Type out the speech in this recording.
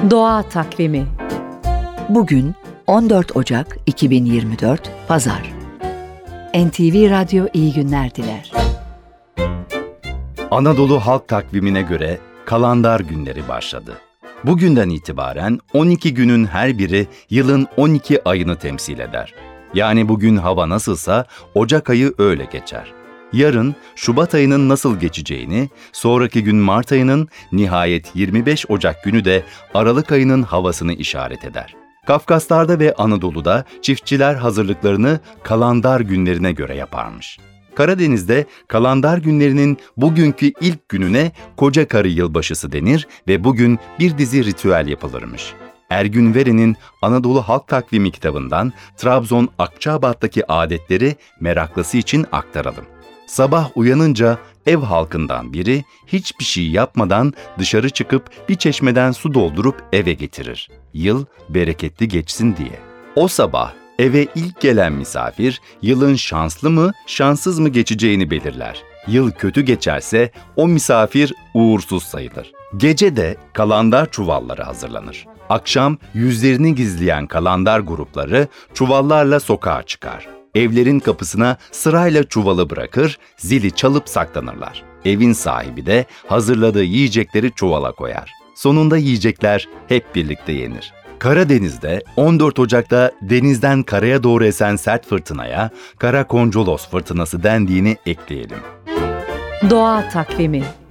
Doğa Takvimi. Bugün 14 Ocak 2024 Pazar. NTV Radyo iyi günler diler. Anadolu Halk Takvimi'ne göre kalendar günleri başladı. Bugünden itibaren 12 günün her biri yılın 12 ayını temsil eder. Yani bugün hava nasılsa Ocak ayı öyle geçer. Yarın Şubat ayının nasıl geçeceğini, sonraki gün Mart ayının, nihayet 25 Ocak günü de Aralık ayının havasını işaret eder. Kafkaslar'da ve Anadolu'da çiftçiler hazırlıklarını kalendar günlerine göre yaparmış. Karadeniz'de kalendar günlerinin bugünkü ilk gününe Koca Karı Yılbaşısı denir ve bugün bir dizi ritüel yapılırmış. Ergün Veren'in Anadolu Halk Takvimi kitabından Trabzon Akçabat'taki adetleri meraklısı için aktaralım. Sabah uyanınca ev halkından biri hiçbir şey yapmadan dışarı çıkıp bir çeşmeden su doldurup eve getirir. Yıl bereketli geçsin diye. O sabah eve ilk gelen misafir yılın şanslı mı, şanssız mı geçeceğini belirler. Yıl kötü geçerse o misafir uğursuz sayılır. Gece de kalendar çuvalları hazırlanır. Akşam yüzlerini gizleyen kalendar grupları çuvallarla sokağa çıkar. Evlerin kapısına sırayla çuvalı bırakır, zili çalıp saklanırlar. Evin sahibi de hazırladığı yiyecekleri çuvala koyar. Sonunda yiyecekler hep birlikte yenir. Karadeniz'de 14 Ocak'ta denizden karaya doğru esen sert fırtınaya Karakoncolos fırtınası dendiğini ekleyelim. Doğa Takvimi.